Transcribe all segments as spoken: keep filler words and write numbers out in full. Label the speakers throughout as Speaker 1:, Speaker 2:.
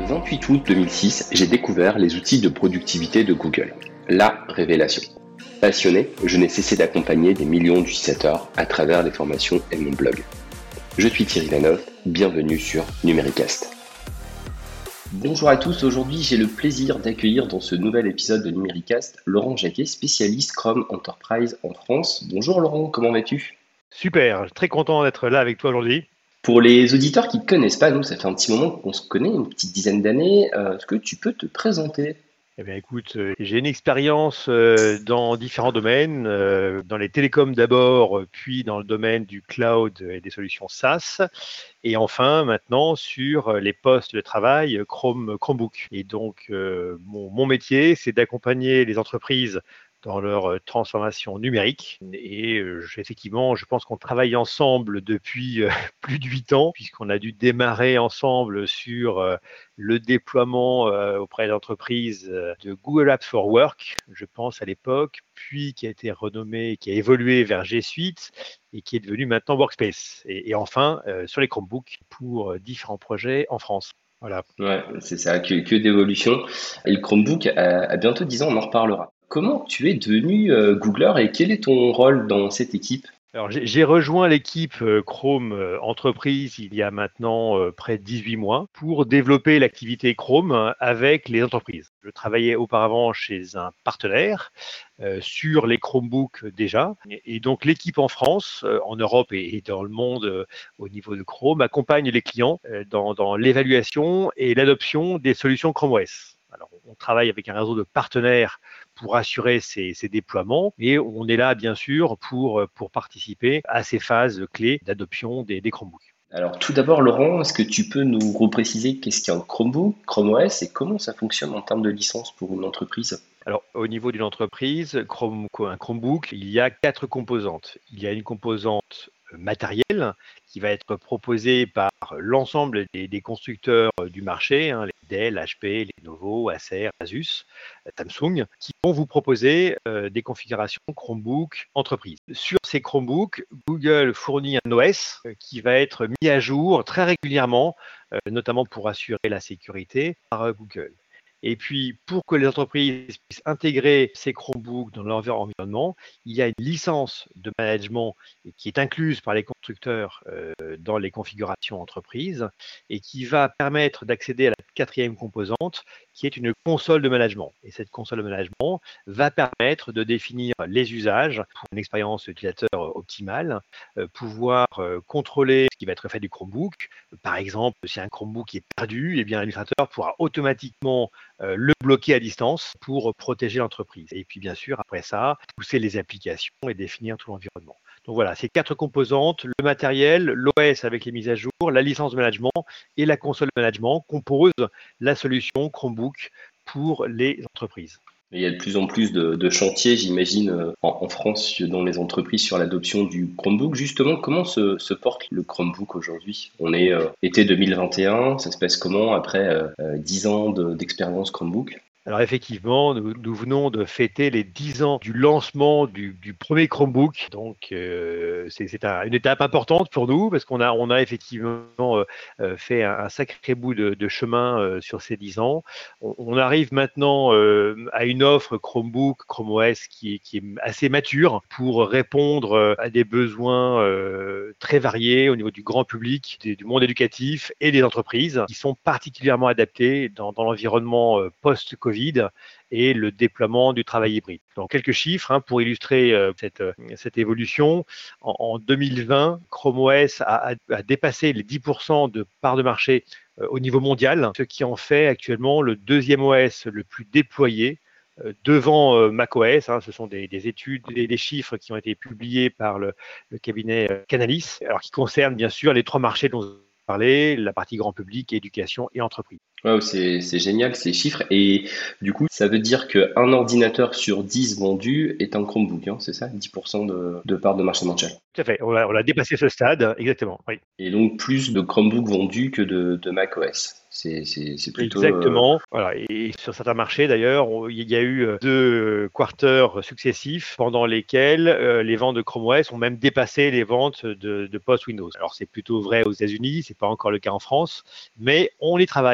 Speaker 1: vingt-huit août deux mille six, j'ai découvert les outils de productivité de Google. La révélation. Passionné, je n'ai cessé d'accompagner des millions d'utilisateurs à travers les formations et mon blog. Je suis Thierry Vanoff, bienvenue sur Numéricast. Bonjour à tous, aujourd'hui j'ai le plaisir d'accueillir dans ce nouvel épisode de Numéricast Laurent Jacquet, spécialiste Chrome Enterprise en France. Bonjour Laurent, comment vas-tu ?
Speaker 2: Super, très content d'être là avec toi aujourd'hui.
Speaker 1: Pour les auditeurs qui ne te connaissent pas, nous ça fait un petit moment qu'on se connaît, une petite dizaine d'années, euh, est-ce que tu peux te présenter ?
Speaker 2: Eh bien, écoute, euh, j'ai une expérience euh, dans différents domaines, euh, dans les télécoms d'abord, euh, puis dans le domaine du cloud et des solutions SaaS, et enfin maintenant sur euh, les postes de travail euh, Chrome, Chromebook. Et donc, euh, mon, mon métier, c'est d'accompagner les entreprises dans leur euh, transformation numérique. Et euh, je- effectivement, je pense qu'on travaille ensemble depuis euh, plus de huit ans, puisqu'on a dû démarrer ensemble sur euh, le déploiement euh, auprès d'entreprises euh, de Google Apps for Work, je pense à l'époque, puis qui a été renommé, qui a évolué vers G Suite et qui est devenu maintenant Workspace. Et, et enfin, euh, sur les Chromebooks pour euh, différents projets en France. Voilà.
Speaker 1: Ouais, c'est ça, que, que d'évolution. Et le Chromebook a, a bientôt dix ans, on en reparlera. Comment tu es devenu euh, Googler et quel est ton rôle dans cette équipe ?
Speaker 2: Alors, j'ai j'ai rejoint l'équipe euh, Chrome euh, Entreprise il y a maintenant euh, près de dix-huit mois pour développer l'activité Chrome euh, avec les entreprises. Je travaillais auparavant chez un partenaire euh, sur les Chromebooks déjà. Et, et donc, l'équipe en France, euh, en Europe et, et dans le monde euh, au niveau de Chrome accompagne les clients euh, dans, dans l'évaluation et l'adoption des solutions Chrome O S. Alors, on travaille avec un réseau de partenaires pour assurer ces, ces déploiements. Et on est là, bien sûr, pour, pour participer à ces phases clés d'adoption des, des Chromebooks.
Speaker 1: Alors tout d'abord, Laurent, est-ce que tu peux nous repréciser qu'est-ce qu'un Chromebook, Chrome O S et comment ça fonctionne en termes de licence pour une entreprise ?
Speaker 2: Alors, au niveau d'une entreprise, Chrome, un Chromebook, il y a quatre composantes. Il y a une composante matérielle qui va être proposée par l'ensemble des, des constructeurs du marché, hein, les Dell, H P, Lenovo, Acer, Asus, Samsung, qui vont vous proposer euh, des configurations Chromebook entreprise. Sur ces Chromebooks, Google fournit un O S euh, qui va être mis à jour très régulièrement, euh, notamment pour assurer la sécurité par euh, Google. Et puis, pour que les entreprises puissent intégrer ces Chromebooks dans leur environnement, il y a une licence de management qui est incluse par les constructeurs euh, dans les configurations entreprises et qui va permettre d'accéder à la quatrième composante, qui est une console de management. Et cette console de management va permettre de définir les usages pour une expérience utilisateur optimale, euh, pouvoir euh, contrôler ce qui va être fait du Chromebook. Par exemple, si un Chromebook est perdu, eh bien, l'administrateur pourra automatiquement euh, le bloquer à distance pour protéger l'entreprise. Et puis, bien sûr, après ça, pousser les applications et définir tout l'environnement. Donc voilà, ces quatre composantes, le matériel, l'O S avec les mises à jour, la licence de management et la console de management composent la solution Chromebook pour les entreprises.
Speaker 1: Il y a de plus en plus de, de chantiers, j'imagine, euh, en, en France, dans les entreprises sur l'adoption du Chromebook. Justement, comment se, se porte le Chromebook aujourd'hui ? On est euh, été deux mille vingt et un, ça se passe comment après euh, euh, dix ans de- d'expérience Chromebook ?
Speaker 2: Alors effectivement, nous, nous venons de fêter les dix ans du lancement du, du premier Chromebook. Donc euh, c'est c'est un- une étape importante pour nous parce qu'on a, on a effectivement euh, euh, fait un, un sacré bout de, de chemin euh, sur ces dix ans. On, on arrive maintenant euh, à une offre Chromebook, Chrome O S qui, est- qui est assez mature pour répondre euh, à des besoins euh, très variés au niveau du grand public, des- du monde éducatif et des entreprises qui sont particulièrement adaptés dans, dans l'environnement euh, post-Covid et le déploiement du travail hybride. Donc quelques chiffres hein, pour illustrer euh, cette, euh, cette évolution. En, en deux mille vingt, Chrome O S a, a, a dépassé les dix pour cent de parts de marché euh, au niveau mondial, ce qui en fait actuellement le deuxième O S le plus déployé euh, devant euh, macOS. Hein, ce sont des, des études et des chiffres qui ont été publiés par le, le cabinet euh, Canalys, alors qui concernent bien sûr les trois marchés dont vous parlez, la partie grand public, éducation et entreprise.
Speaker 1: Wow, c'est, c'est génial ces chiffres. Et du coup, ça veut dire qu'un ordinateur sur dix vendu est un Chromebook, hein, c'est ça? dix pour cent de, de part de marché mondial.
Speaker 2: Tout à fait, on a, on a dépassé ce stade, exactement, oui.
Speaker 1: Et donc plus de Chromebooks vendus que de, de macOS. C'est, c'est, c'est plutôt... euh,
Speaker 2: Exactement. Voilà. Et sur certains marchés, d'ailleurs, on- il y a eu euh, deux quarters successifs pendant lesquels euh, les ventes de Chrome O S ont même dépassé les ventes de, de post Windows. Alors, c'est plutôt vrai aux États-Unis, c'est pas encore le cas en France, mais on y travaille.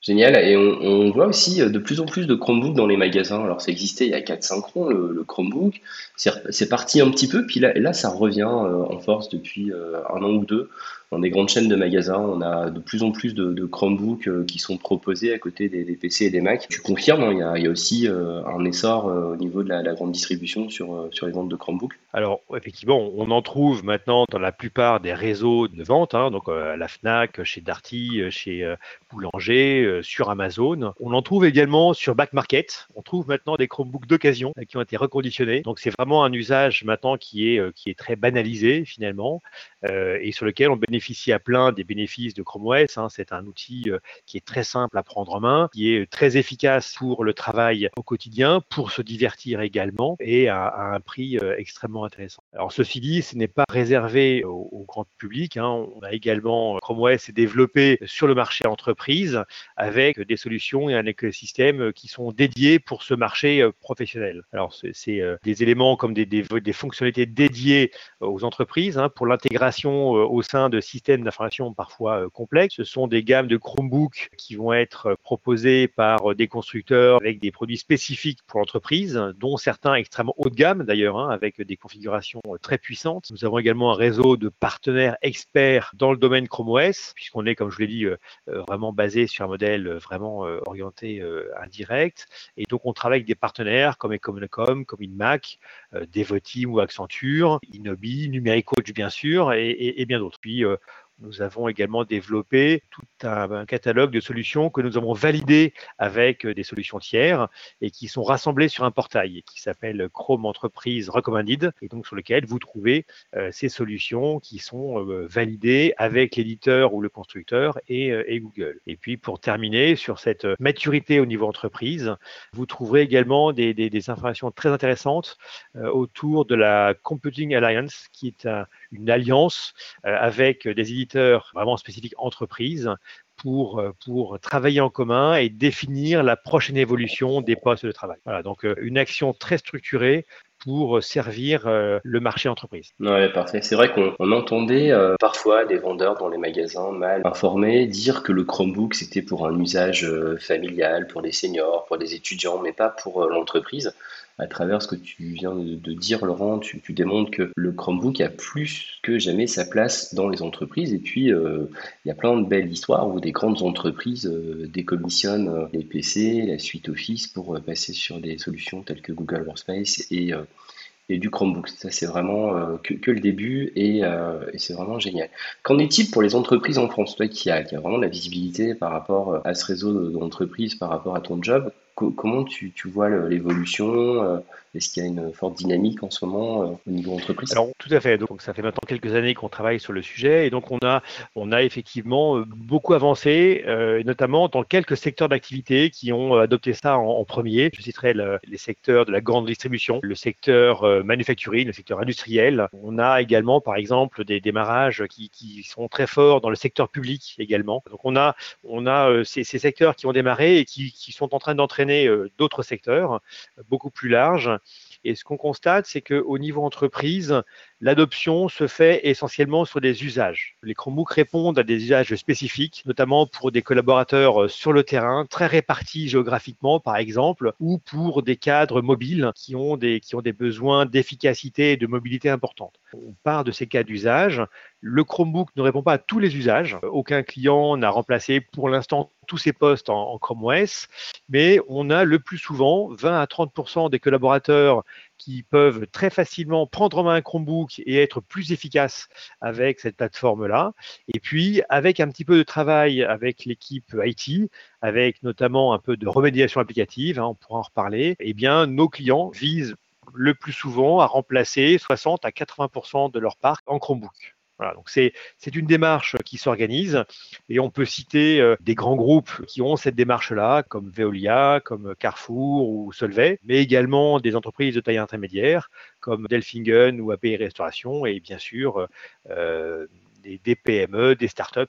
Speaker 1: Génial. Et on, on voit aussi euh, de plus en plus de Chromebooks dans les magasins. Alors, ça existait il y a quatre cinq ans, le, le Chromebook. C'est c'est parti un petit peu, puis là, là ça revient euh, en force depuis euh, un an ou deux. Dans des grandes chaînes de magasins, on a de plus en plus de, de Chromebooks euh, qui sont proposés à côté des, des P C et des Mac. Tu confirmes, hein, il y a, il y a aussi euh, un essor euh, au niveau de la, la grande distribution sur, euh, sur les ventes de Chromebooks.
Speaker 2: Alors, effectivement, on en trouve maintenant dans la plupart des réseaux de vente, hein, donc euh, à la Fnac, chez Darty, euh, chez euh, Boulanger, euh, sur Amazon. On en trouve également sur Back Market. On trouve maintenant des Chromebooks d'occasion euh, qui ont été reconditionnés. Donc, c'est vraiment un usage maintenant qui est, euh, qui est très banalisé finalement euh, et sur lequel on bénéficie à plein des bénéfices de Chrome O S, hein. C'est un outil euh, qui est très simple à prendre en main, qui est très efficace pour le travail au quotidien, pour se divertir également et à, à un prix euh, extrêmement intéressant. Alors ceci dit, ce n'est pas réservé au, au grand public, hein. On a également Chrome O S est développé sur le marché entreprise avec des solutions et un écosystème qui sont dédiés pour ce marché euh, professionnel. Alors c'est euh, des éléments comme des, des, des fonctionnalités dédiées aux entreprises, hein, pour l'intégration euh, au sein de systèmes d'information parfois euh, complexes. Ce sont des gammes de Chromebooks qui vont être proposées par euh, des constructeurs avec des produits spécifiques pour l'entreprise, dont certains extrêmement haut de gamme d'ailleurs, hein, avec des configurations euh, très puissantes. Nous avons également un réseau de partenaires experts dans le domaine Chrome O S, puisqu'on est, comme je l'ai dit, euh, euh, vraiment basé sur un modèle euh, vraiment euh, orienté euh, indirect. Et donc, on travaille avec des partenaires comme Econocom, comme InMac, euh, Devoteam ou Accenture, Inobi, Numéricoach bien sûr, et, et, et bien d'autres. Puis, euh, nous avons également développé tout un, un catalogue de solutions que nous avons validées avec des solutions tiers et qui sont rassemblées sur un portail qui s'appelle Chrome Entreprise Recommended et donc sur lequel vous trouvez euh, ces solutions qui sont euh, validées avec l'éditeur ou le constructeur et, euh, et Google. Et puis pour terminer sur cette maturité au niveau entreprise, vous trouverez également des, des, des informations très intéressantes euh, autour de la Computing Alliance qui est un, une alliance euh, avec des éditeurs vraiment spécifiques entreprises pour, pour travailler en commun et définir la prochaine évolution des postes de travail. Voilà, donc euh, une action très structurée pour servir euh, le marché entreprise.
Speaker 1: Ouais, parfait. C'est vrai qu'on on entendait euh, parfois des vendeurs dans les magasins mal informés dire que le Chromebook c'était pour un usage euh, familial, pour les seniors, pour les étudiants, mais pas pour euh, l'entreprise. À travers ce que tu viens de, de dire, Laurent, tu, tu démontres que le Chromebook a plus que jamais sa place dans les entreprises. Et puis, euh, il y a plein de belles histoires où des grandes entreprises euh, décommissionnent euh, les P C, la suite Office pour euh, passer sur des solutions telles que Google Workspace et euh, et du Chromebook. Ça, c'est vraiment euh, que, que le début et, euh, et c'est vraiment génial. Qu'en est-il pour les entreprises en France? Toi qui as, qui as vraiment de la visibilité par rapport à ce réseau de- d'entreprises, par rapport à ton job, co- comment tu, tu vois le- l'évolution? euh, Est-ce qu'il y a une forte dynamique en ce moment euh, au niveau entreprise?
Speaker 2: Alors tout à fait. Donc ça fait maintenant quelques années qu'on travaille sur le sujet et donc on a on a effectivement euh, beaucoup avancé, euh, et notamment dans quelques secteurs d'activité qui ont euh, adopté ça en, en premier. Je citerai le- les secteurs de la grande distribution, le secteur euh, manufacturier, le secteur industriel. On a également par exemple des démarrages qui, qui sont très forts dans le secteur public également. Donc on a on a euh, ces, ces secteurs qui ont démarré et qui, qui sont en train d'entraîner euh, d'autres secteurs euh, beaucoup plus larges. Et ce qu'on constate, c'est qu'au niveau entreprise, l'adoption se fait essentiellement sur des usages. Les Chromebooks répondent à des usages spécifiques, notamment pour des collaborateurs sur le terrain, très répartis géographiquement, par exemple, ou pour des cadres mobiles qui ont des, qui ont des besoins d'efficacité et de mobilité importantes. On part de ces cas d'usage. Le Chromebook ne répond pas à tous les usages. Aucun client n'a remplacé pour l'instant tous ses postes en, en Chrome O S, mais on a le plus souvent vingt à trente pour cent des collaborateurs qui peuvent très facilement prendre en main un Chromebook et être plus efficaces avec cette plateforme-là. Et puis, avec un petit peu de travail avec l'équipe I T, avec notamment un peu de remédiation applicative, hein, on pourra en reparler, eh bien, nos clients visent le plus souvent à remplacer soixante à quatre-vingts pour cent de leur parc en Chromebook. Voilà, donc c'est c'est une démarche qui s'organise et on peut citer euh, des grands groupes qui ont cette démarche-là, comme Veolia, comme Carrefour ou Solvay, mais également des entreprises de taille intermédiaire comme Delfingen ou A P I Restauration et bien sûr euh, des, des P M E, des startups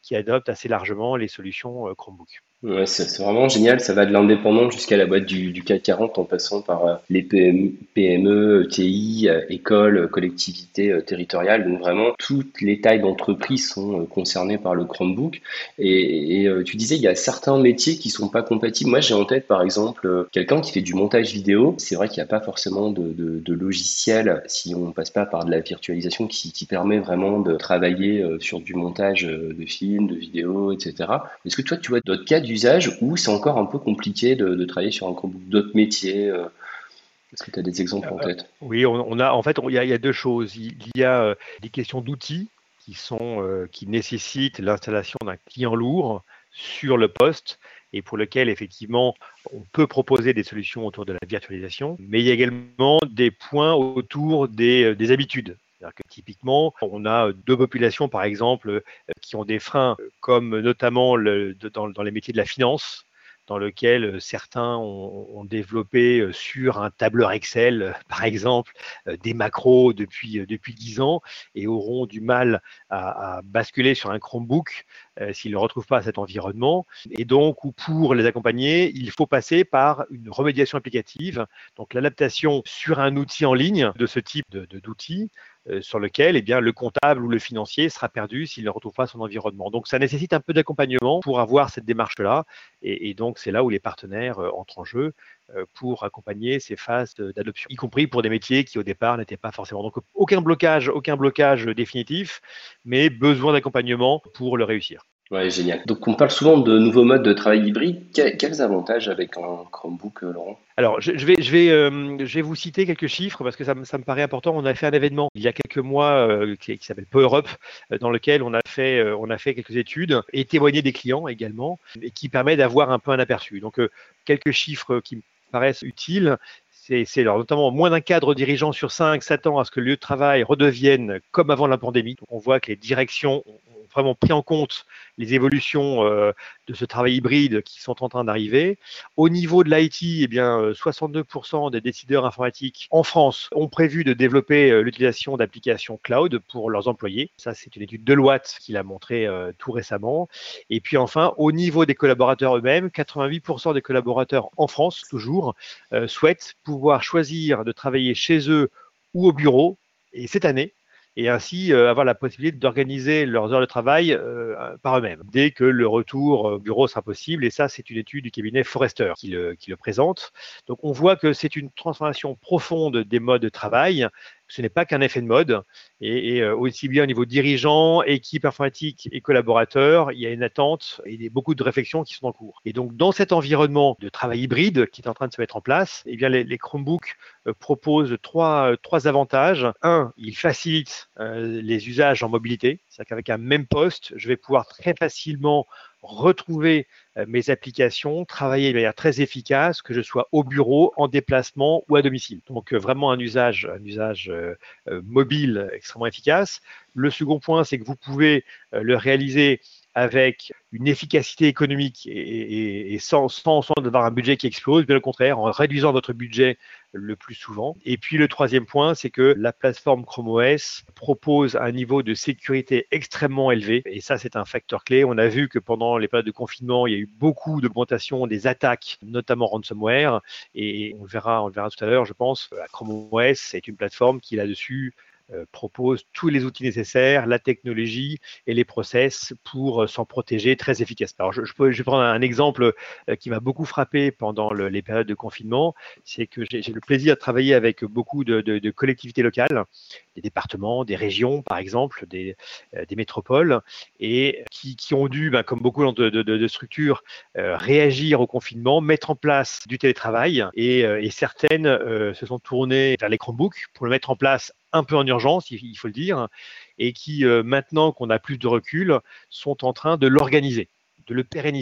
Speaker 2: qui adoptent assez largement les solutions euh, Chromebook.
Speaker 1: Ouais, c'est c'est vraiment génial. Ça va de l'indépendant jusqu'à la boîte du, du C A C quarante en passant par euh, les P M P M E, T I, euh, écoles, euh, collectivités euh, territoriales. Donc vraiment, toutes les tailles d'entreprise sont euh, concernées par le Chromebook. Et, et, euh, tu disais, il y a certains métiers qui sont pas compatibles. Moi, j'ai en tête, par exemple, euh, quelqu'un qui fait du montage vidéo. C'est vrai qu'il n'y a pas forcément de, de, de logiciel, si on passe pas par de la virtualisation, qui, qui permet vraiment de travailler euh, sur du montage euh, de films, de vidéos, et cetera. Est-ce que toi, tu vois d'autres cas d'usage où c'est encore un peu compliqué de, de travailler sur un Chromebook, d'autres métiers? euh, Est-ce que tu as des exemples en
Speaker 2: Euh,
Speaker 1: tête?
Speaker 2: oui, on, on a en fait, on- il y a, il y a deux choses. Il, il y a euh, des questions d'outils qui sont euh, qui nécessitent l'installation d'un client lourd sur le poste et pour lequel effectivement on peut proposer des solutions autour de la virtualisation, mais il y a également des points autour des, euh, des habitudes. C'est-à-dire que typiquement, on a deux populations, par exemple, euh, qui ont des freins, euh, comme notamment le- de- dans, dans les métiers de la finance, dans lequel euh, certains ont, ont développé euh, sur un tableur Excel, euh, par exemple, euh, des macros depuis, euh, depuis dix ans et auront du mal à, à basculer sur un Chromebook euh, s'ils ne retrouvent pas cet environnement. Et donc, ou pour les accompagner, il faut passer par une remédiation applicative, donc l'adaptation sur un outil en ligne de ce type de, de, d'outil euh, sur lequel eh bien, le comptable ou le financier sera perdu s'il ne retrouve pas son environnement. Donc, ça nécessite un peu d'accompagnement pour avoir cette démarche-là. Et, et donc, c'est là où les partenaires euh, entrent en jeu euh, pour accompagner ces phases de- d'adoption, y compris pour des métiers qui, au départ, n'étaient pas forcément. Donc, aucun blocage, aucun blocage définitif, mais besoin d'accompagnement pour le réussir.
Speaker 1: Ouais, génial. Donc on parle souvent de nouveaux modes de travail hybride. Que- Quels avantages avec un Chromebook, euh, Laurent?
Speaker 2: Alors, je, je vais, je, vais, euh, je vais vous citer quelques chiffres parce que ça, me- ça me paraît important. On a fait un événement il y a quelques mois euh, qui, qui s'appelle Power Up, euh, dans lequel on a, fait, euh, on a fait quelques études et témoigné des clients également, et qui permet d'avoir un peu un aperçu. Donc, euh, quelques chiffres qui me paraissent utiles. C'est, c'est alors, notamment moins d'un cadre dirigeant sur cinq s'attend à ce que le lieu de travail redevienne comme avant la pandémie. Donc, on voit que les directions ont ont vraiment pris en compte les évolutions euh, de ce travail hybride qui sont en train d'arriver. Au niveau de l'I T, eh bien, euh, soixante-deux pour cent des décideurs informatiques en France ont prévu de développer euh, l'utilisation d'applications cloud pour leurs employés. Ça, c'est une étude Deloitte qui l'a montré euh, tout récemment. Et puis enfin, au niveau des collaborateurs eux-mêmes, quatre-vingt-huit pour cent des collaborateurs en France, toujours, euh, souhaitent pouvoir choisir de travailler chez eux ou au bureau, et cette année, et ainsi euh, avoir la possibilité d'organiser leurs heures de travail euh, par eux-mêmes, dès que le retour au bureau sera possible. Et ça, c'est une étude du cabinet Forrester qui le, qui le présente. Donc, on voit que c'est une transformation profonde des modes de travail. Ce n'est pas qu'un effet de mode. Et, et euh, aussi bien au niveau dirigeant, équipe informatique et collaborateurs, il y a une attente et des, beaucoup de réflexions qui sont en cours. Et donc, dans cet environnement de travail hybride qui est en train de se mettre en place, eh bien, les, les Chromebooks euh, proposent trois, trois avantages. Un, ils facilitent euh, les usages en mobilité. C'est-à-dire qu'avec un même poste, je vais pouvoir très facilement retrouver euh, mes applications, travailler de manière très efficace, que je sois au bureau, en déplacement ou à domicile. Donc euh, vraiment un usage, un usage euh, euh, mobile extrêmement efficace. Le second point, c'est que vous pouvez euh, le réaliser avec une efficacité économique et, et, et sans, sans, sans avoir un budget qui explose, bien au contraire, en réduisant votre budget le plus souvent. Et puis le troisième point, c'est que la plateforme Chrome O S propose un niveau de sécurité extrêmement élevé. Et ça, c'est un facteur clé. On a vu que pendant les périodes de confinement, il y a eu beaucoup d'augmentation des attaques, notamment ransomware. Et on le verra, on le verra tout à l'heure, je pense. Chrome O S, c'est une plateforme qui là-dessus euh, propose tous les outils nécessaires, la technologie et les process pour euh, s'en protéger très efficacement. Alors, je, je, peux, je vais prendre un exemple euh, qui m'a beaucoup frappé pendant le, les périodes de confinement, c'est que j'ai, j'ai le plaisir de travailler avec beaucoup de, de, de collectivités locales, des départements, des régions, par exemple, des, euh, des métropoles, et qui, qui ont dû, ben, comme beaucoup de, de, de structures, euh, réagir au confinement, mettre en place du télétravail, et, euh, et certaines euh, se sont tournées vers les Chromebooks pour le mettre en place un peu en urgence, il faut le dire, et qui, euh, maintenant qu'on a plus de recul, sont en train de l'organiser, de le pérenniser,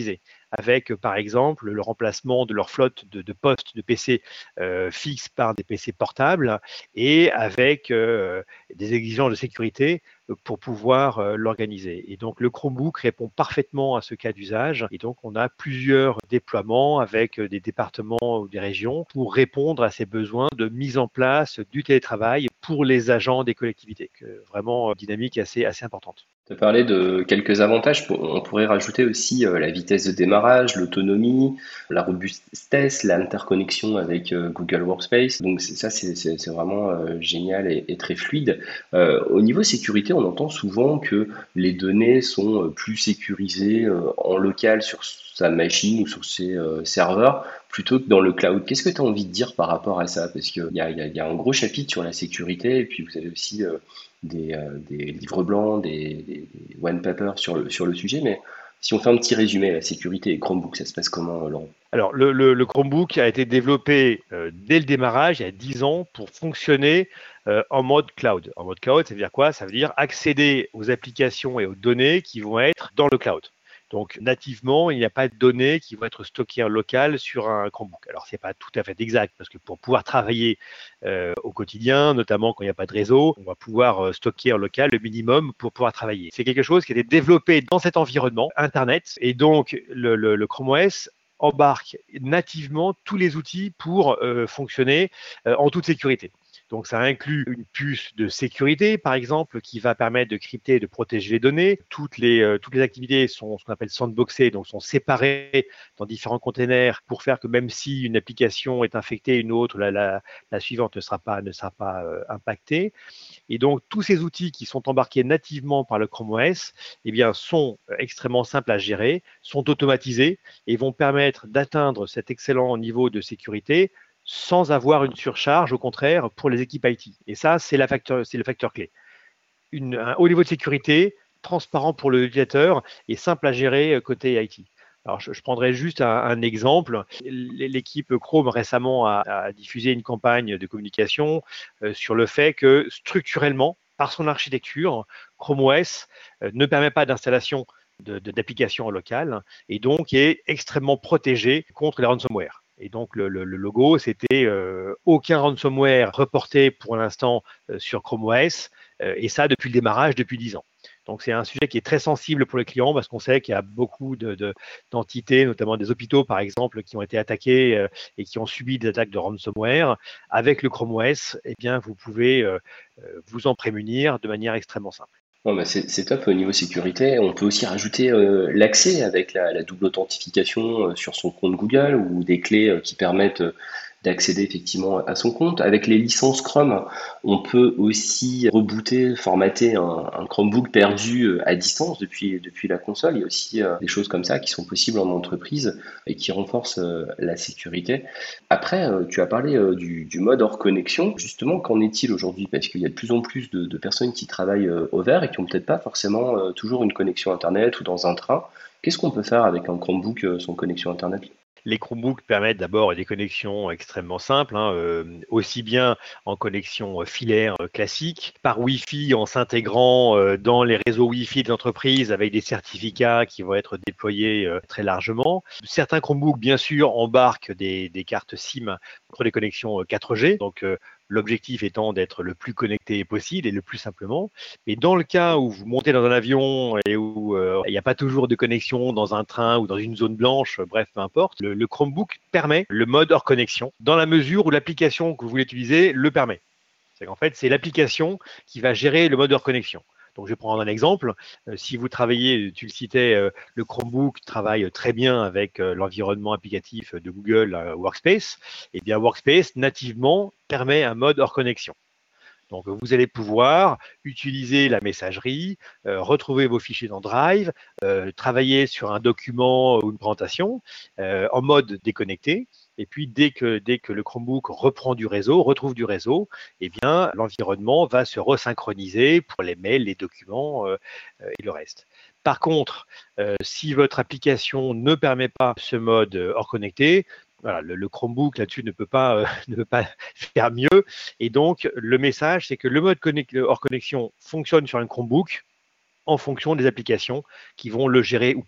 Speaker 2: avec, par exemple, le remplacement de leur flotte de, de postes de P C euh, fixes par des P C portables et avec euh, des exigences de sécurité pour pouvoir euh, l'organiser. Et donc, le Chromebook répond parfaitement à ce cas d'usage. Et donc, on a plusieurs déploiements avec des départements ou des régions pour répondre à ces besoins de mise en place du télétravail pour les agents des collectivités. Vraiment, dynamique assez, assez importante.
Speaker 1: Tu as parlé de quelques avantages. On pourrait rajouter aussi euh, la vitesse de démarrage, l'autonomie, la robustesse, l'interconnexion avec euh, Google Workspace. Donc c'est- ça, c'est c'est- c'est vraiment euh, génial et, et très fluide. Euh, au niveau sécurité, on entend souvent que les données sont euh, plus sécurisées euh, en local sur sa machine ou sur ses euh, serveurs plutôt que dans le cloud. Qu'est-ce que tu as envie de dire par rapport à ça? Parce qu'il y a, il y a- il y a un gros chapitre sur la sécurité et puis vous avez aussi euh, des, euh, des livres blancs, des, des, des one paper sur le, sur le sujet, mais si on fait un petit résumé, la sécurité et Chromebook, ça se passe comment, Laurent?
Speaker 2: Alors, le, le- le Chromebook a été développé euh, dès le démarrage, il y a dix ans, pour fonctionner euh, en mode cloud. En mode cloud, ça veut dire quoi? Ça veut dire accéder aux applications et aux données qui vont être dans le cloud. Donc, nativement, il n'y a pas de données qui vont être stockées en local sur un Chromebook. Alors, ce n'est pas tout à fait exact, parce que pour pouvoir travailler euh, au quotidien, notamment quand il n'y a pas de réseau, on va pouvoir euh, stocker en local le minimum pour pouvoir travailler. C'est quelque chose qui a été développé dans cet environnement Internet, et donc le, le, le Chrome O S embarque nativement tous les outils pour euh, fonctionner euh, en toute sécurité. Donc, ça inclut une puce de sécurité, par exemple, qui va permettre de crypter et de protéger les données. Toutes les, euh, toutes les activités sont ce qu'on appelle sandboxées, donc sont séparées dans différents containers pour faire que même si une application est infectée, une autre, la, la, la suivante ne sera pas, ne sera pas euh, impactée. Et donc, tous ces outils qui sont embarqués nativement par le Chrome O S eh bien, sont extrêmement simples à gérer, sont automatisés et vont permettre d'atteindre cet excellent niveau de sécurité sans avoir une surcharge, au contraire, pour les équipes I T. Et ça, c'est, la facteur, c'est le facteur clé. Une, un haut niveau de sécurité, transparent pour l'utilisateur et simple à gérer côté I T. Alors, je, je prendrai juste un, un, exemple. L'équipe Chrome récemment a, a, diffusé une campagne de communication euh, sur le fait que structurellement, par son architecture, Chrome O S euh, ne permet pas d'installation de, de, d'applications locales et donc est extrêmement protégé contre les ransomware. Et donc, le, le, le logo, c'était euh, aucun ransomware reporté pour l'instant euh, sur Chrome O S, euh, et ça depuis le démarrage, depuis dix ans. Donc, c'est un sujet qui est très sensible pour les clients parce qu'on sait qu'il y a beaucoup de, de, d'entités, notamment des hôpitaux, par exemple, qui ont été attaqués euh, et qui ont subi des attaques de ransomware. Avec le Chrome O S, eh bien, vous pouvez euh, vous en prémunir de manière extrêmement simple.
Speaker 1: Bon, bah, c'est c'est top au niveau sécurité. On peut aussi rajouter euh, l'accès avec la, la double authentification euh, sur son compte Google ou des clés euh, qui permettent euh, d'accéder effectivement à son compte. Avec les licences Chrome, on peut aussi rebooter, formater un, un Chromebook perdu euh, à distance depuis, depuis la console. Il y a aussi euh, des choses comme ça qui sont possibles en entreprise et qui renforcent euh, la sécurité. Après, euh, tu as parlé euh, du, du mode hors connexion. Justement, qu'en est-il aujourd'hui? Parce qu'il y a de plus en plus de, de personnes qui travaillent euh, au vert et qui n'ont peut-être pas forcément euh, toujours une connexion Internet ou dans un train. Qu'est-ce qu'on peut faire avec un Chromebook euh, sans connexion Internet?
Speaker 2: Les Chromebooks permettent d'abord des connexions extrêmement simples, hein, euh, aussi bien en connexion filaire euh, classique, par Wi-Fi en s'intégrant euh, dans les réseaux Wi-Fi des entreprises avec des certificats qui vont être déployés euh, très largement. Certains Chromebooks, bien sûr, embarquent des, des cartes SIM pour les connexions quatre G, donc euh, l'objectif étant d'être le plus connecté possible et le plus simplement. Mais dans le cas où vous montez dans un avion et où euh, il n'y a pas toujours de connexion dans un train ou dans une zone blanche, bref, peu importe, le, le Chromebook permet le mode hors connexion dans la mesure où l'application que vous voulez utiliser le permet. C'est qu'en fait, c'est l'application qui va gérer le mode hors connexion. Donc, je vais prendre un exemple. Euh, si vous travaillez, tu le citais, euh, le Chromebook travaille très bien avec euh, l'environnement applicatif de Google euh, Workspace. Et bien, Workspace, nativement, permet un mode hors connexion. Donc, vous allez pouvoir utiliser la messagerie, euh, retrouver vos fichiers dans Drive, euh, travailler sur un document ou une présentation euh, en mode déconnecté. Et puis, dès que, dès que le Chromebook reprend du réseau, retrouve du réseau, eh bien, l'environnement va se resynchroniser pour les mails, les documents euh, et le reste. Par contre, euh, si votre application ne permet pas ce mode hors connecté, voilà, le, le Chromebook là-dessus ne peut pas euh, ne peut pas faire mieux. Et donc, le message, c'est que le mode connect, hors connexion fonctionne sur un Chromebook en fonction des applications qui vont le gérer ou pas.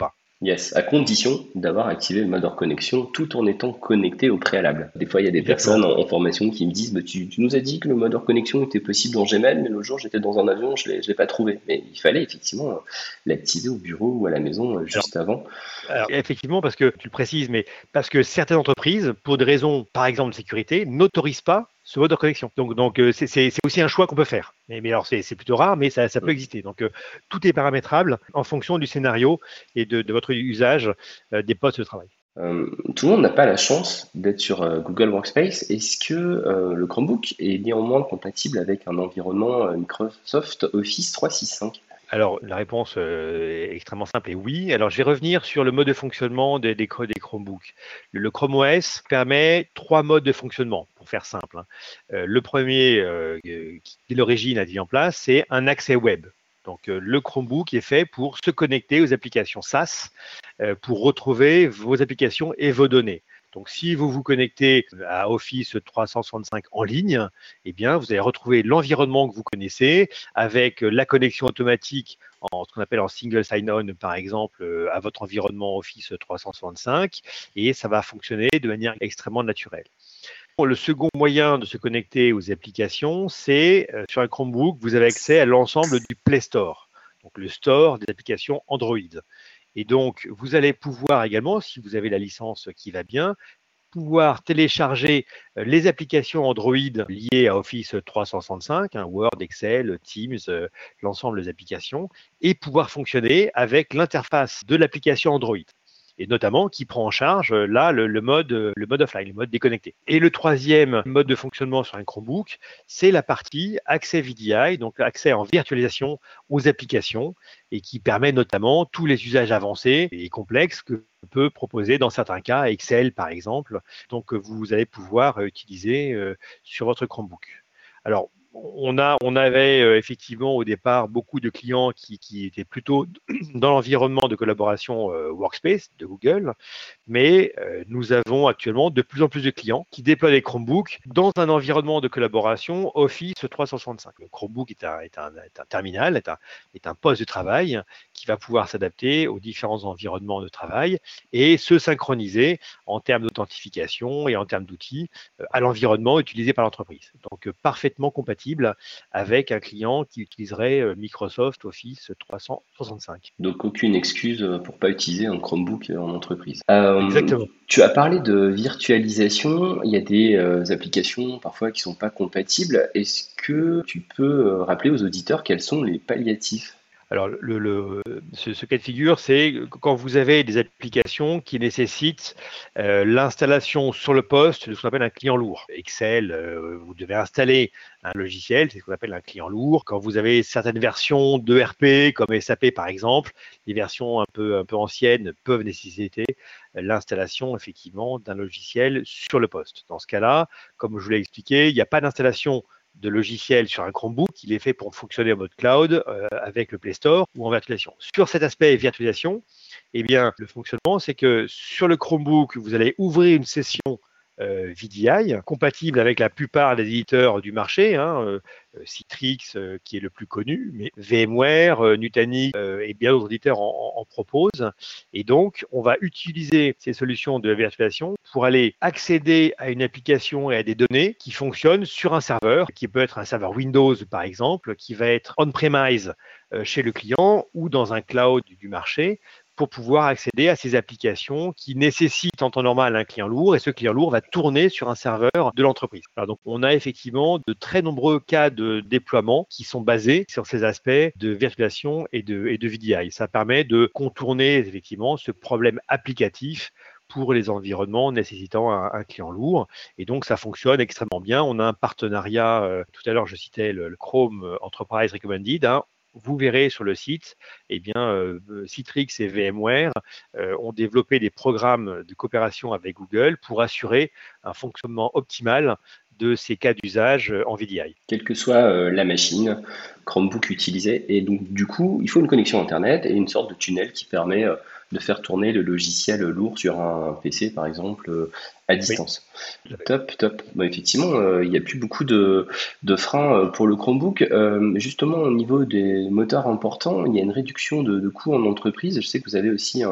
Speaker 1: Yes, à condition d'avoir activé le mode hors connexion tout en étant connecté au préalable. Des fois, il y a des
Speaker 2: Exactement.
Speaker 1: personnes en, en formation qui me disent bah, tu, tu nous as dit que le mode hors connexion était possible dans Gmail, mais l'autre jour j'étais dans un avion, je ne l'ai je l'ai pas trouvé. Mais il fallait effectivement euh, l'activer au bureau ou à la maison euh,
Speaker 2: Alors,
Speaker 1: juste avant.
Speaker 2: alors, effectivement, parce que tu le précises, mais parce que certaines entreprises, pour des raisons, par exemple de sécurité, n'autorisent pas ce mode de connexion. Donc, donc euh, c'est c'est- c'est aussi un choix qu'on peut faire. Mais, mais alors, c'est c'est plutôt rare, mais ça, ça peut exister. Donc, euh, tout est paramétrable en fonction du scénario et de, de votre usage euh, des postes de travail.
Speaker 1: Euh, tout le monde n'a pas la chance d'être sur euh, Google Workspace. Est-ce que euh, le Chromebook est néanmoins compatible avec un environnement euh, Microsoft Office trois cent soixante-cinq?
Speaker 2: Alors, la réponse euh, est extrêmement simple et oui. Alors, je vais revenir sur le mode de fonctionnement des, des, des Chromebooks. Le, le Chrome O S permet trois modes de fonctionnement, pour faire simple, hein. Euh, le premier, euh, qui dès l'origine a dit en place, c'est un accès web. Donc, euh, le Chromebook est fait pour se connecter aux applications SaaS, euh, pour retrouver vos applications et vos données. Donc, si vous vous connectez à Office trois cent soixante-cinq en ligne, eh bien, vous allez retrouver l'environnement que vous connaissez avec la connexion automatique en ce qu'on appelle en single sign-on, par exemple, euh, à votre environnement Office trois cent soixante-cinq, et ça va fonctionner de manière extrêmement naturelle. Le second moyen de se connecter aux applications, c'est euh, sur un Chromebook, vous avez accès à l'ensemble du Play Store, donc le store des applications Android. Et donc, vous allez pouvoir également, si vous avez la licence qui va bien, pouvoir télécharger euh, les applications Android liées à Office trois cent soixante-cinq, hein, Word, Excel, Teams, euh, l'ensemble des applications, et pouvoir fonctionner avec l'interface de l'application Android. Et notamment qui prend en charge euh, là le, le mode, euh, le mode offline, le mode déconnecté. Et le troisième mode de fonctionnement sur un Chromebook, c'est la partie accès V D I, donc accès en virtualisation aux applications, et qui permet notamment tous les usages avancés et complexes que peut proposer dans certains cas Excel par exemple, donc vous allez pouvoir utiliser euh, sur votre Chromebook. Alors, on, a, on avait euh, effectivement au départ beaucoup de clients qui, qui étaient plutôt dans l'environnement de collaboration euh, Workspace de Google, mais euh, nous avons actuellement de plus en plus de clients qui déploient des Chromebooks dans un environnement de collaboration Office trois cent soixante-cinq. Le Chromebook est un, est un, est un terminal, est un, est un poste de travail qui va pouvoir s'adapter aux différents environnements de travail et se synchroniser en termes d'authentification et en termes d'outils euh, à l'environnement utilisé par l'entreprise. Donc euh, parfaitement compatible avec un client qui utiliserait euh, Microsoft Office trois cent soixante-cinq.
Speaker 1: Donc aucune excuse euh, pour pas utiliser un Chromebook euh, en entreprise. Euh,
Speaker 2: Exactement.
Speaker 1: Tu as parlé de virtualisation. Il y a des euh, applications parfois qui sont pas compatibles. Est-ce que tu peux euh, rappeler aux auditeurs quels sont les palliatifs?
Speaker 2: Alors, le, le- ce, ce cas de figure, c'est quand vous avez des applications qui nécessitent euh, l'installation sur le poste de ce qu'on appelle un client lourd. Excel, euh, vous devez installer un logiciel, c'est ce qu'on appelle un client lourd. Quand vous avez certaines versions de R P, comme S A P par exemple, les versions un peu, un peu anciennes peuvent nécessiter l'installation effectivement d'un logiciel sur le poste. Dans ce cas-là, comme je vous l'ai expliqué, il n'y a pas d'installation de logiciel sur un Chromebook, il est fait pour fonctionner en mode cloud euh, avec le Play Store ou en virtualisation. Sur cet aspect virtualisation, eh bien, le fonctionnement, c'est que sur le Chromebook, vous allez ouvrir une session euh, V D I compatible avec la plupart des éditeurs du marché, hein, euh, Citrix euh, qui est le plus connu, mais VMware, euh, Nutanix euh, et bien d'autres éditeurs en, en, en proposent. Et donc, on va utiliser ces solutions de virtualisation pour aller accéder à une application et à des données qui fonctionnent sur un serveur, qui peut être un serveur Windows par exemple, qui va être on-premise euh, chez le client ou dans un cloud du marché pour pouvoir accéder à ces applications qui nécessitent en temps normal un client lourd et ce client lourd va tourner sur un serveur de l'entreprise. Alors donc on a effectivement de très nombreux cas de déploiement qui sont basés sur ces aspects de virtualisation et de, et de V D I. Ça permet de contourner effectivement ce problème applicatif pour les environnements nécessitant un, un, client lourd. Et donc, ça fonctionne extrêmement bien. On a un partenariat, euh, tout à l'heure, je citais le, le Chrome Enterprise Recommended. Hein. Vous verrez sur le site, eh bien, euh, Citrix et VMware euh, ont développé des programmes de coopération avec Google pour assurer un fonctionnement optimal de ces cas d'usage en V D I.
Speaker 1: Quelle que soit euh, la machine, Chromebook utilisée. Et donc, du coup, il faut une connexion Internet et une sorte de tunnel qui permet euh, de faire tourner le logiciel lourd sur un P C, par exemple, euh, à distance.
Speaker 2: Oui.
Speaker 1: Top, top. Bah, effectivement, euh, il n'y a plus beaucoup de, de freins euh, pour le Chromebook. Euh, justement, au niveau des moteurs importants, il y a une réduction de, de coûts en entreprise. Je sais que vous avez aussi un,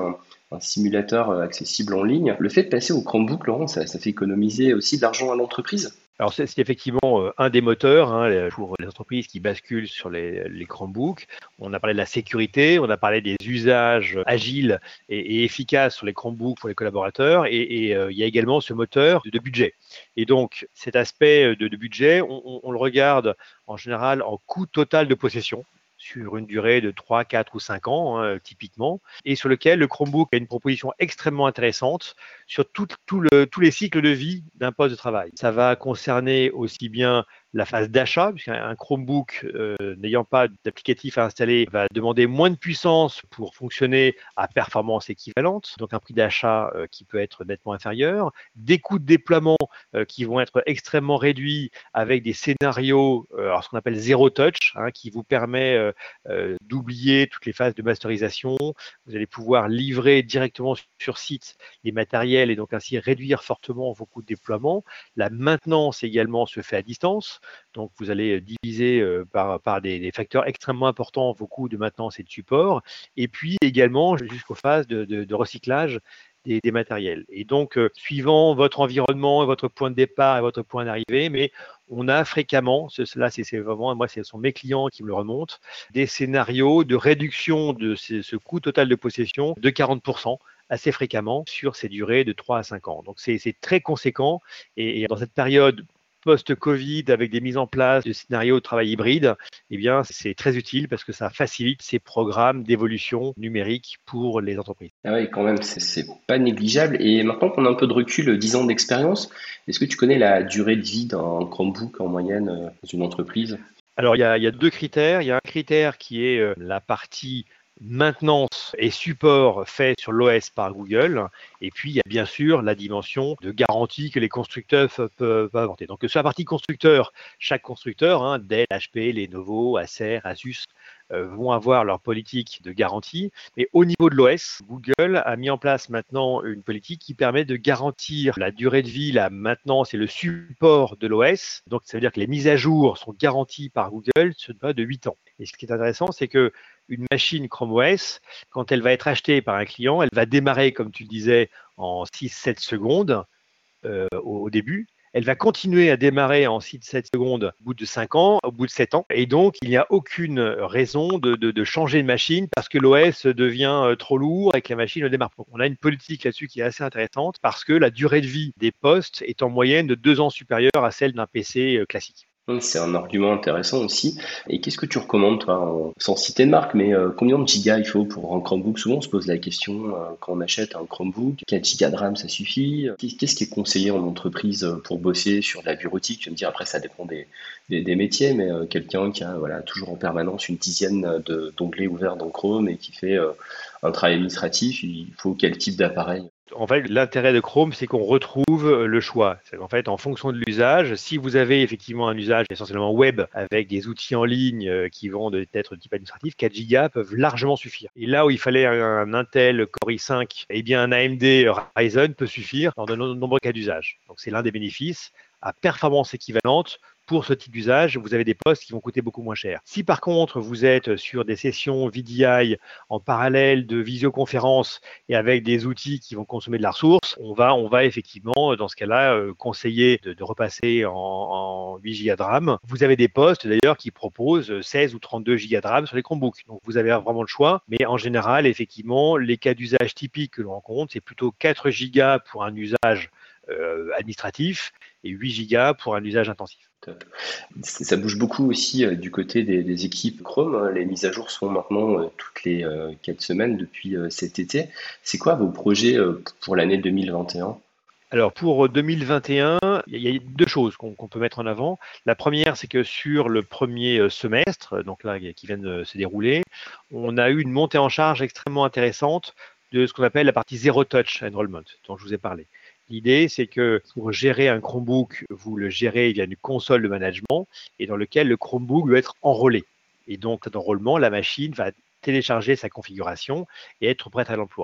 Speaker 1: un simulateur euh, accessible en ligne. Le fait de passer au Chromebook, Laurent, ça, ça fait économiser aussi de l'argent à l'entreprise?
Speaker 2: Alors, c'est c'est effectivement euh, un des moteurs hein, les- pour les entreprises qui basculent sur les, les Chromebooks. On a parlé de la sécurité, on a parlé des usages agiles et, et efficaces sur les Chromebooks pour les collaborateurs, et, et, euh, il y a également ce moteur de, de budget. Et donc, cet aspect de, de budget, on, on- on le regarde en général en coût total de possession sur une durée de trois, quatre ou cinq ans, hein, typiquement, et sur lequel le Chromebook a une proposition extrêmement intéressante sur tout, tout le, tous les cycles de vie d'un poste de travail. Ça va concerner aussi bien la phase d'achat, puisqu'un Chromebook euh, n'ayant pas d'applicatif à installer va demander moins de puissance pour fonctionner à performance équivalente, donc un prix d'achat euh, qui peut être nettement inférieur, des coûts de déploiement euh, qui vont être extrêmement réduits avec des scénarios, euh, alors ce qu'on appelle zéro touch, hein, qui vous permet euh, euh, d'oublier toutes les phases de masterisation. Vous allez pouvoir livrer directement sur site les matériels et donc ainsi réduire fortement vos coûts de déploiement. La maintenance également se fait à distance. Donc, vous allez diviser euh, par, par des, des facteurs extrêmement importants vos coûts de maintenance et de support. Et puis également jusqu'aux phases de, de, de recyclage des, des, matériels. Et donc, euh, suivant votre environnement, votre point de départ et votre point d'arrivée, mais on a fréquemment, cela c'est vraiment, moi ce sont mes clients qui me le remontent, des scénarios de réduction de ce, ce coût total de possession de quarante pour cent assez fréquemment sur ces durées de trois à cinq ans. Donc c'est très conséquent et, et dans cette période post-Covid avec des mises en place de scénarios de travail hybride, eh bien, c'est très utile parce que ça facilite ces programmes d'évolution numérique pour les entreprises.
Speaker 1: Ah oui, quand même, c'est c'est pas négligeable. Et maintenant qu'on a un peu de recul, dix ans d'expérience, est-ce que tu connais la durée de vie d'un Chromebook en moyenne euh, dans une entreprise?
Speaker 2: Alors, il y, a, il y a deux critères. Il y a un critère qui est euh, la partie maintenance et support fait sur l'O S par Google. Et puis, il y a bien sûr la dimension de garantie que les constructeurs peuvent apporter. Donc, sur la partie constructeur, chaque constructeur, hein, Dell, H P, Lenovo, Acer, Asus, euh, vont avoir leur politique de garantie. Mais au niveau de l'O S, Google a mis en place maintenant une politique qui permet de garantir la durée de vie, la maintenance et le support de l'O S. Donc, ça veut dire que les mises à jour sont garanties par Google sur une période de huit ans. Et ce qui est intéressant, c'est que une machine Chrome O S, quand elle va être achetée par un client, elle va démarrer, comme tu le disais, en six sept secondes euh, au, au début. Elle va continuer à démarrer en six sept secondes au bout de cinq ans, au bout de sept ans. Et donc, il n'y a aucune raison de, de, de changer de machine parce que l'O S devient trop lourd et que la machine ne démarre pas. On a une politique là-dessus qui est assez intéressante parce que la durée de vie des postes est en moyenne de deux ans supérieure à celle d'un P C classique.
Speaker 1: Hum, C'est un argument intéressant aussi. Et qu'est-ce que tu recommandes, toi, en- sans citer de marque, mais euh, combien de gigas il faut pour un Chromebook? Souvent, on se pose la question euh, quand on achète un Chromebook, quel giga de RAM ça suffit? Qu'est- Qu'est-ce qui est conseillé en entreprise euh, pour bosser sur de la bureautique? Tu vas me dire, après, ça dépend des, des, des métiers, mais euh, quelqu'un qui a voilà, toujours en permanence une dizaine de- d'onglets ouverts dans Chrome et qui fait euh, un travail administratif, il faut quel type d'appareil?
Speaker 2: En fait, l'intérêt de Chrome, c'est qu'on retrouve le choix. C'est qu'en fait, en fonction de l'usage, si vous avez effectivement un usage essentiellement web avec des outils en ligne euh, qui vont de- d'être de type administratif, quatre gigas peuvent largement suffire. Et là où il fallait un, un Intel Core i cinq, eh bien un A M D Ryzen peut suffire dans de no- nombreux cas d'usage. Donc c'est l'un des bénéfices. À performance équivalente, pour ce type d'usage, vous avez des postes qui vont coûter beaucoup moins cher. Si par contre vous êtes sur des sessions V D I en parallèle de visioconférence et avec des outils qui vont consommer de la ressource, on va, on va effectivement, dans ce cas-là, euh, conseiller de, de repasser en, en huit gigas de RAM. Vous avez des postes d'ailleurs qui proposent seize ou trente-deux gigas de RAM sur les Chromebooks. Donc vous avez vraiment le choix. Mais en général, effectivement, les cas d'usage typiques que l'on rencontre, c'est plutôt quatre gigas pour un usage euh, administratif et huit gigas pour un usage intensif.
Speaker 1: Top. C'est- Ça bouge beaucoup aussi euh, du côté des, des équipes Chrome, hein. Les mises à jour sont maintenant euh, toutes les euh, quatre semaines depuis euh, cet été. C'est quoi vos projets euh, pour l'année deux mille vingt et un?
Speaker 2: Alors pour deux mille vingt et un, il y a deux choses qu'on qu'on peut mettre en avant. La première, c'est que sur le premier euh, semestre, donc là qui vient de se dérouler, on a eu une montée en charge extrêmement intéressante de ce qu'on appelle la partie Zero Touch Enrollment, dont je vous ai parlé. L'idée, c'est que pour gérer un Chromebook, vous le gérez via une console de management et dans lequel le Chromebook doit être enrôlé. Et donc, cet enrôlement, la machine va télécharger sa configuration et être prête à l'emploi.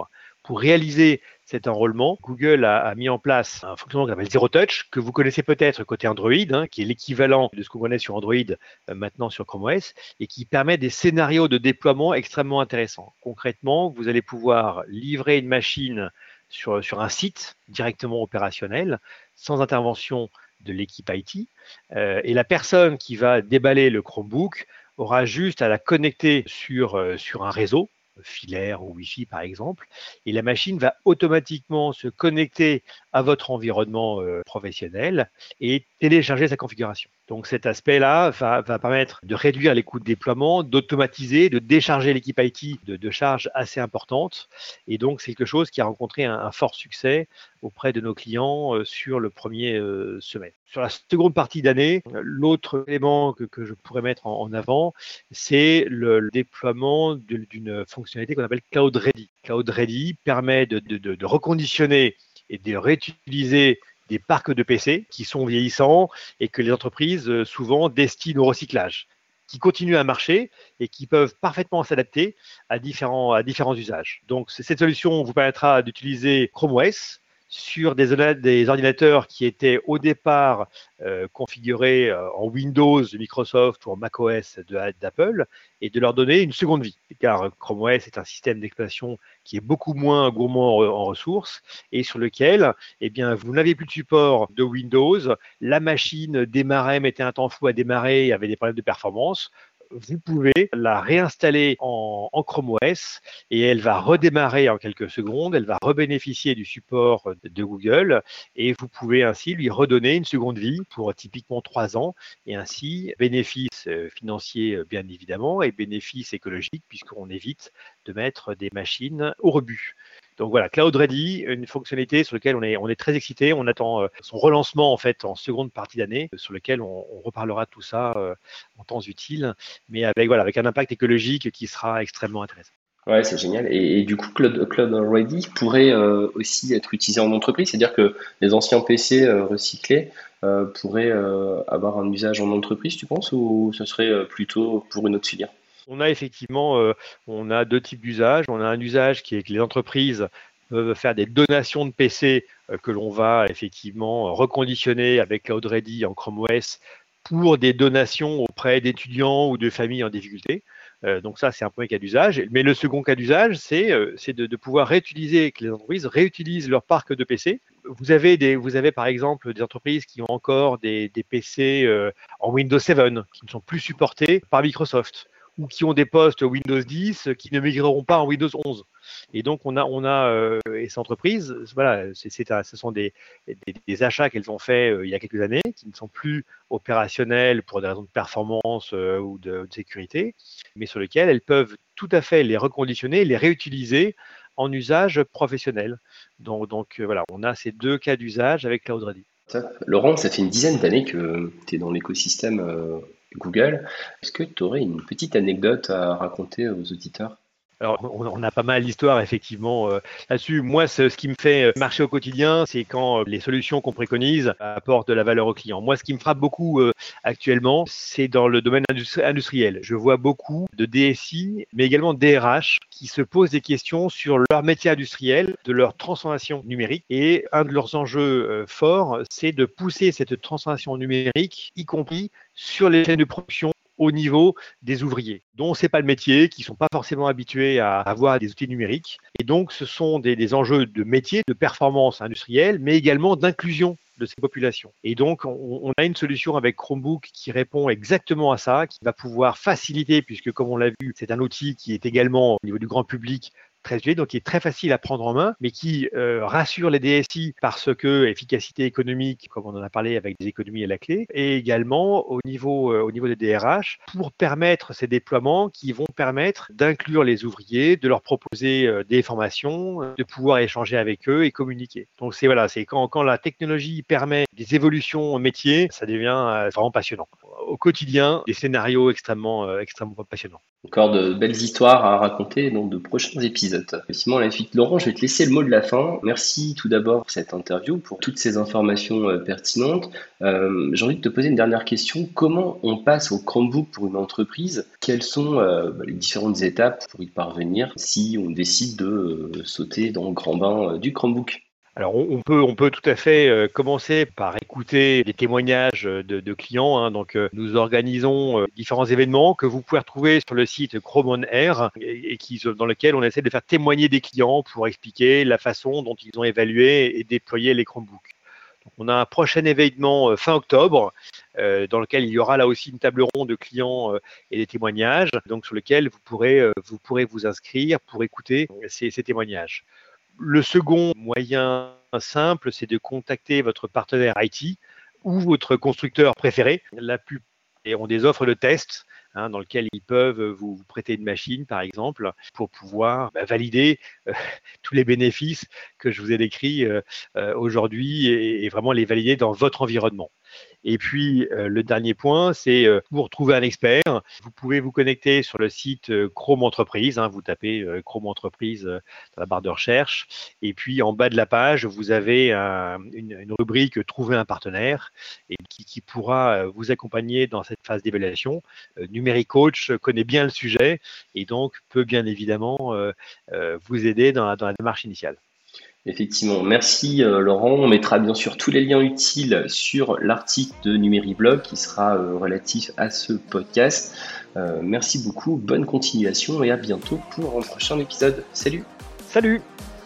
Speaker 2: Pour réaliser cet enrôlement, Google a, a mis en place un fonctionnement qu'on appelle Zero Touch, que vous connaissez peut-être côté Android, hein, qui est l'équivalent de ce qu'on connaît sur Android euh, maintenant sur Chrome O S, et qui permet des scénarios de déploiement extrêmement intéressants. Concrètement, vous allez pouvoir livrer une machine sur, sur un site directement opérationnel, sans intervention de l'équipe I T, euh, et la personne qui va déballer le Chromebook aura juste à la connecter sur, euh, sur un réseau, filaire ou Wi-Fi par exemple, et la machine va automatiquement se connecter à votre environnement euh, professionnel et télécharger sa configuration. Donc cet aspect-là va, va permettre de réduire les coûts de déploiement, d'automatiser, de décharger l'équipe I T de, de charges assez importantes, et donc c'est quelque chose qui a rencontré un, un fort succès auprès de nos clients euh, sur le premier euh, semestre. Sur la seconde partie d'année, l'autre élément que, que je pourrais mettre en, en avant, c'est le, le déploiement d'une fonctionnalité qu'on appelle Cloud Ready. Cloud Ready permet de, de, de, de reconditionner et de réutiliser des parcs de P C qui sont vieillissants et que les entreprises euh, souvent destinent au recyclage, qui continuent à marcher et qui peuvent parfaitement s'adapter à différents, à différents usages. Donc cette solution vous permettra d'utiliser Chrome O S sur des, des ordinateurs qui étaient au départ euh, configurés euh, en Windows de Microsoft ou en macOS d'Apple et de leur donner une seconde vie, car Chrome O S est un système d'exploitation qui est beaucoup moins gourmand en, en ressources et sur lequel eh bien, vous n'avez plus de support de Windows, la machine démarrait, mettait un temps fou à démarrer, avait des problèmes de performance. Vous pouvez la réinstaller en, en Chrome O S et elle va redémarrer en quelques secondes, elle va rebénéficier du support de Google et vous pouvez ainsi lui redonner une seconde vie pour typiquement trois ans et ainsi bénéfice financier bien évidemment et bénéfice écologique puisqu'on évite de mettre des machines au rebut. Donc voilà, Cloud Ready, une fonctionnalité sur laquelle on est, on est très excité. On attend euh, son relancement en fait en seconde partie d'année, sur lequel on, on reparlera de tout ça euh, en temps utile, mais avec voilà, avec un impact écologique qui sera extrêmement intéressant.
Speaker 1: Ouais, c'est génial. Et, et du coup, Cloud, Cloud Ready pourrait euh, aussi être utilisé en entreprise, c'est-à-dire que les anciens P C euh, recyclés euh, pourraient euh, avoir un usage en entreprise, tu penses, ou ce serait euh, plutôt pour une autre filière?
Speaker 2: On a effectivement euh, on a deux types d'usages. On a un usage qui est que les entreprises peuvent faire des donations de P C euh, que l'on va effectivement reconditionner avec Cloud Ready en Chrome O S pour des donations auprès d'étudiants ou de familles en difficulté. Euh, donc ça, c'est un premier cas d'usage. Mais le second cas d'usage, c'est euh, de, de pouvoir réutiliser, que les entreprises réutilisent leur parc de P C. Vous avez, des, vous avez par exemple des entreprises qui ont encore des, des P C euh, en Windows sept qui ne sont plus supportés par Microsoft ou qui ont des postes Windows dix qui ne migreront pas en Windows onze. Et donc, on a, on a euh, et ces entreprises, voilà, c'est, c'est, ce sont des, des, des achats qu'elles ont faits euh, il y a quelques années, qui ne sont plus opérationnels pour des raisons de performance euh, ou de, de sécurité, mais sur lesquels elles peuvent tout à fait les reconditionner, les réutiliser en usage professionnel. Donc, donc euh, voilà, on a ces deux cas d'usage avec Cloud Ready.
Speaker 1: Top. Laurent, ça fait une dizaine d'années que tu es dans l'écosystème euh, Google. Est-ce que tu aurais une petite anecdote à raconter aux auditeurs?
Speaker 2: Alors, on a pas mal d'histoires, effectivement, euh, là-dessus. Moi, ce, ce qui me fait marcher au quotidien, c'est quand euh, les solutions qu'on préconise apportent de la valeur au client. Moi, ce qui me frappe beaucoup euh, actuellement, c'est dans le domaine industri- industriel. Je vois beaucoup de D S I, mais également de D R H, qui se posent des questions sur leur métier industriel, de leur transformation numérique. Et un de leurs enjeux euh, forts, c'est de pousser cette transformation numérique, y compris sur les chaînes de production au niveau des ouvriers, dont c'est pas le métier, qui sont pas forcément habitués à avoir des outils numériques. Et donc, ce sont des, des enjeux de métier, de performance industrielle, mais également d'inclusion de ces populations. Et donc, on, on a une solution avec Chromebook qui répond exactement à ça, qui va pouvoir faciliter, puisque comme on l'a vu, c'est un outil qui est également au niveau du grand public très utilisé, donc qui est très facile à prendre en main, mais qui euh, rassure les D S I parce que efficacité économique, comme on en a parlé avec des économies à la clé, et également au niveau, euh, au niveau des D R H pour permettre ces déploiements qui vont permettre d'inclure les ouvriers, de leur proposer euh, des formations, de pouvoir échanger avec eux et communiquer. Donc c'est voilà, c'est quand, quand la technologie permet des évolutions au métier, ça devient euh, vraiment passionnant. au quotidien des scénarios extrêmement, euh, extrêmement passionnants.
Speaker 1: Encore de belles histoires à raconter dans de prochains épisodes. Effectivement, à la suite, Laurent, je vais te laisser le mot de la fin. Merci tout d'abord pour cette interview, pour toutes ces informations euh, pertinentes. Euh, j'ai envie de te poser une dernière question. Comment on passe au Chromebook pour une entreprise? Quelles sont euh, les différentes étapes pour y parvenir si on décide de euh, sauter dans le grand bain euh, du Chromebook?
Speaker 2: Alors, on, on peut, on peut tout à fait euh, commencer par écouter les témoignages de, de clients. Hein. Donc, euh, nous organisons euh, différents événements que vous pouvez retrouver sur le site Chrome On Air et, et qui, dans lequel on essaie de faire témoigner des clients pour expliquer la façon dont ils ont évalué et déployé les Chromebooks. Donc, on a un prochain événement euh, fin octobre euh, dans lequel il y aura là aussi une table ronde de clients euh, et des témoignages, donc sur lequel vous pourrez, euh, vous pourrez vous inscrire pour écouter ces, ces témoignages. Le second moyen simple, c'est de contacter votre partenaire I T ou votre constructeur préféré. La plupart ont des offres de test hein, dans lesquelles ils peuvent vous, vous prêter une machine, par exemple, pour pouvoir bah, valider euh, tous les bénéfices que je vous ai décrits euh, euh, aujourd'hui et, et vraiment les valider dans votre environnement. Et puis, euh, le dernier point, c'est euh, pour trouver un expert, vous pouvez vous connecter sur le site euh, Chrome Entreprise. Hein, vous tapez euh, Chrome Entreprise euh, dans la barre de recherche. Et puis, en bas de la page, vous avez un, une, une rubrique Trouver un partenaire et qui, qui pourra euh, vous accompagner dans cette phase d'évaluation. Euh, Numérique Coach connaît bien le sujet et donc peut bien évidemment euh, euh, vous aider dans la, dans la démarche initiale.
Speaker 1: Effectivement, merci euh, Laurent. On mettra bien sûr tous les liens utiles sur l'article de NumériBlog qui sera euh, relatif à ce podcast. Euh, merci beaucoup, bonne continuation et à bientôt pour un prochain épisode. Salut!
Speaker 2: Salut!